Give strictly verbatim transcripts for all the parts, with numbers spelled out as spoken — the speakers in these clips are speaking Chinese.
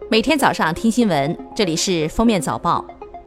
每天早上听新闻，这里是封面早报。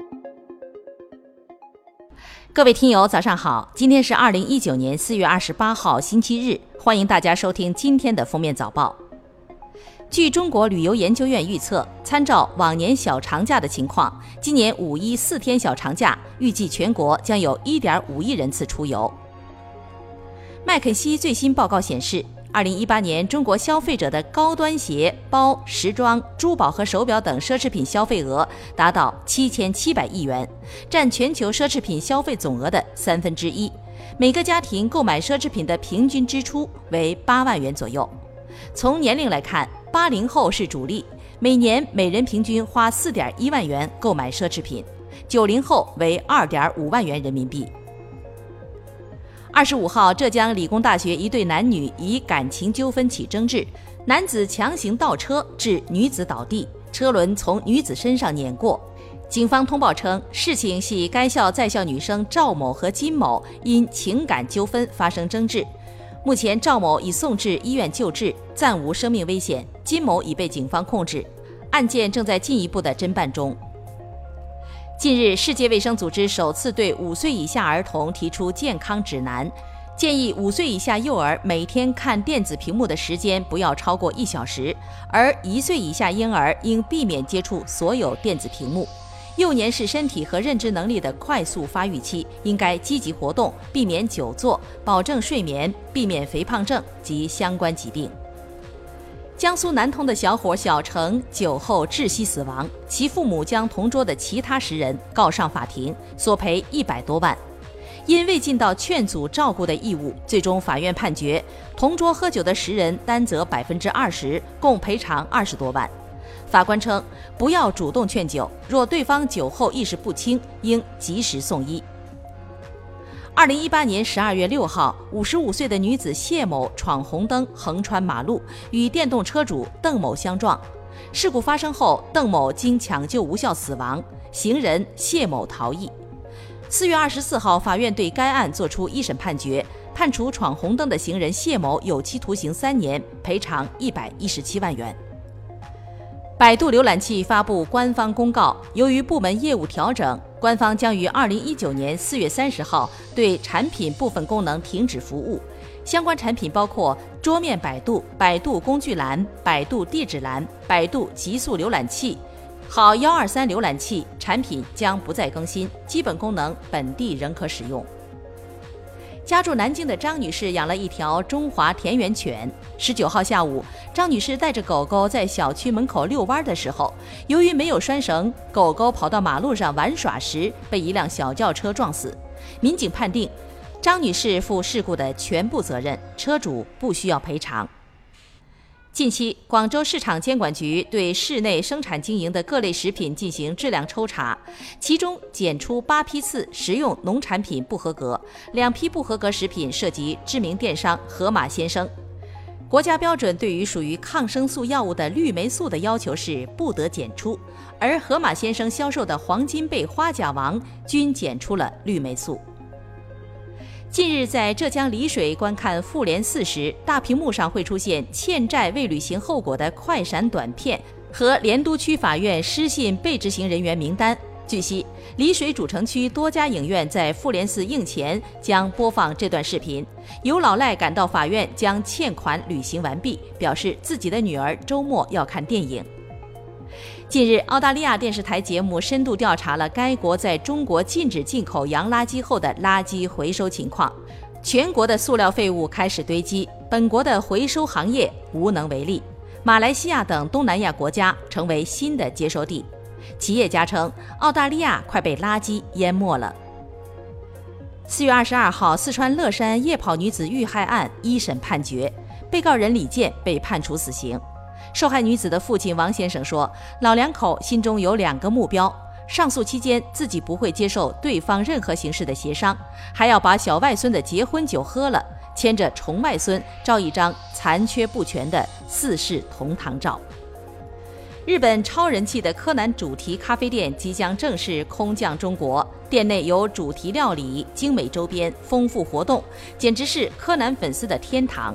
各位听友早上好，今天是二零一九年四月二十八号星期日，欢迎大家收听今天的封面早报。据中国旅游研究院预测，参照往年小长假的情况，今年五一四天小长假，预计全国将有 一点五亿人次出游。麦肯锡最新报告显示，二零一八年中国消费者的高端鞋、包、时装、珠宝和手表等奢侈品消费额达到七千七百亿元，占全球奢侈品消费总额的三分之一。每个家庭购买奢侈品的平均支出为八万元左右。从年龄来看，八零后是主力，每年每人平均花四点一万元购买奢侈品；九零后为二点五万元人民币。二十五号，浙江理工大学一对男女以感情纠纷起争执，男子强行倒车致女子倒地，车轮从女子身上碾过。警方通报称，事情系该校在校女生赵某和金某因情感纠纷发生争执。目前赵某已送至医院救治，暂无生命危险，金某已被警方控制，案件正在进一步的侦办中。近日，世界卫生组织首次对五岁以下儿童提出健康指南，建议五岁以下幼儿每天看电子屏幕的时间不要超过一小时，而一岁以下婴儿应避免接触所有电子屏幕。幼年是身体和认知能力的快速发育期，应该积极活动，避免久坐，保证睡眠，避免肥胖症及相关疾病。江苏南通的小伙小程酒后窒息死亡，其父母将同桌的其他十人告上法庭，索赔一百多万。因未尽到劝阻照顾的义务，最终法院判决同桌喝酒的十人担责百分之二十，共赔偿二十多万。法官称，不要主动劝酒，若对方酒后意识不清，应及时送医。二零一八年十二月六号，五十五岁的女子谢某闯红灯横穿马路，与电动车主邓某相撞。事故发生后，邓某经抢救无效死亡，行人谢某逃逸。四月二十四号，法院对该案作出一审判决，判处闯红灯的行人谢某有期徒刑三年，赔偿一百一十七万元。百度浏览器发布官方公告，由于部门业务调整，官方将于二零一九年四月三十号对产品部分功能停止服务。相关产品包括桌面百度、百度工具栏、百度地址栏、百度极速浏览器、好一二三浏览器，产品将不再更新，基本功能本地仍可使用。家住南京的张女士养了一条中华田园犬。十九号下午，张女士带着狗狗在小区门口遛弯的时候，由于没有拴绳，狗狗跑到马路上玩耍时被一辆小轿车撞死。民警判定，张女士负事故的全部责任，车主不需要赔偿。近期，广州市场监管局对市内生产经营的各类食品进行质量抽查，其中检出八批次食用农产品不合格，两批不合格食品涉及知名电商盒马鲜生。国家标准对于属于抗生素药物的氯霉素的要求是不得检出，而盒马鲜生销售的黄金贝花甲王均检出了氯霉素。近日，在浙江丽水观看妇联四时，大屏幕上会出现欠债未履行后果的快闪短片和莲都区法院失信被执行人员名单。据悉，丽水主城区多家影院在妇联寺映前将播放这段视频。有老赖赶到法院将欠款履行完毕，表示自己的女儿周末要看电影。近日，澳大利亚电视台节目深度调查了该国在中国禁止进口洋垃圾后的垃圾回收情况。全国的塑料废物开始堆积，本国的回收行业无能为力。马来西亚等东南亚国家成为新的接收地。企业家称，澳大利亚快被垃圾淹没了。四月二十二号，四川乐山夜跑女子遇害案一审判决，被告人李健被判处死刑。受害女子的父亲王先生说，老两口心中有两个目标，上诉期间自己不会接受对方任何形式的协商，还要把小外孙的结婚酒喝了，牵着重外孙照一张残缺不全的四世同堂照。日本超人气的柯南主题咖啡店即将正式空降中国，店内有主题料理、精美周边、丰富活动，简直是柯南粉丝的天堂。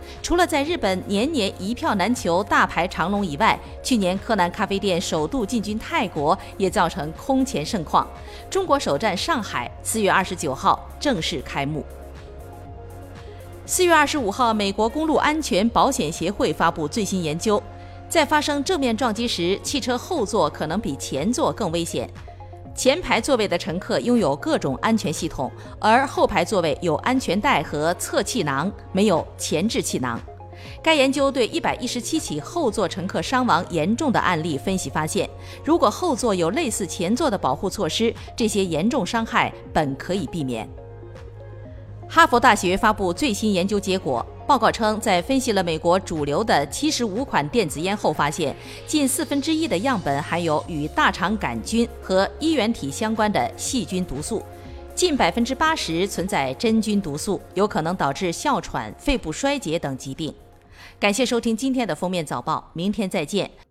除了在日本年年一票难求、大排长龙以外，去年柯南咖啡店首度进军泰国，也造成空前盛况。中国首站上海，四月二十九号正式开幕。四月二十五号，美国公路安全保险协会发布最新研究，在发生正面撞击时，汽车后座可能比前座更危险。前排座位的乘客拥有各种安全系统，而后排座位有安全带和侧气囊，没有前置气囊。该研究对一百一十七起后座乘客伤亡严重的案例分析发现，如果后座有类似前座的保护措施，这些严重伤害本可以避免。哈佛大学发布最新研究结果，报告称，在分析了美国主流的七十五款电子烟后，发现近四分之一的样本含有与大肠杆菌和衣原体相关的细菌毒素，近百分之八十存在真菌毒素，有可能导致哮喘、肺部衰竭等疾病。感谢收听今天的封面早报，明天再见。